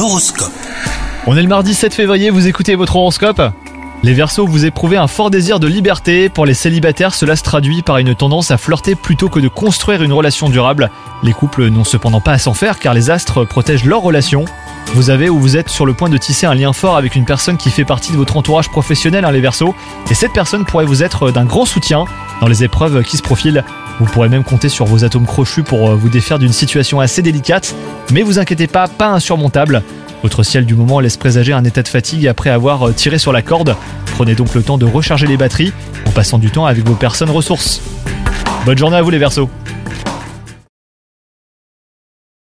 L'horoscope. On est le mardi 7 février, vous écoutez votre horoscope. Les Verseaux, vous éprouvez un fort désir de liberté. Pour les célibataires, cela se traduit par une tendance à flirter plutôt que de construire une relation durable. Les couples n'ont cependant pas à s'en faire car les astres protègent leur relation. Vous avez ou vous êtes sur le point de tisser un lien fort avec une personne qui fait partie de votre entourage professionnel, les Verseaux. Et cette personne pourrait vous être d'un grand soutien dans les épreuves qui se profilent. Vous pourrez même compter sur vos atomes crochus pour vous défaire d'une situation assez délicate. Mais vous inquiétez pas insurmontable. Votre ciel du moment laisse présager un état de fatigue après avoir tiré sur la corde. Prenez donc le temps de recharger les batteries en passant du temps avec vos personnes ressources. Bonne journée à vous les Verseaux.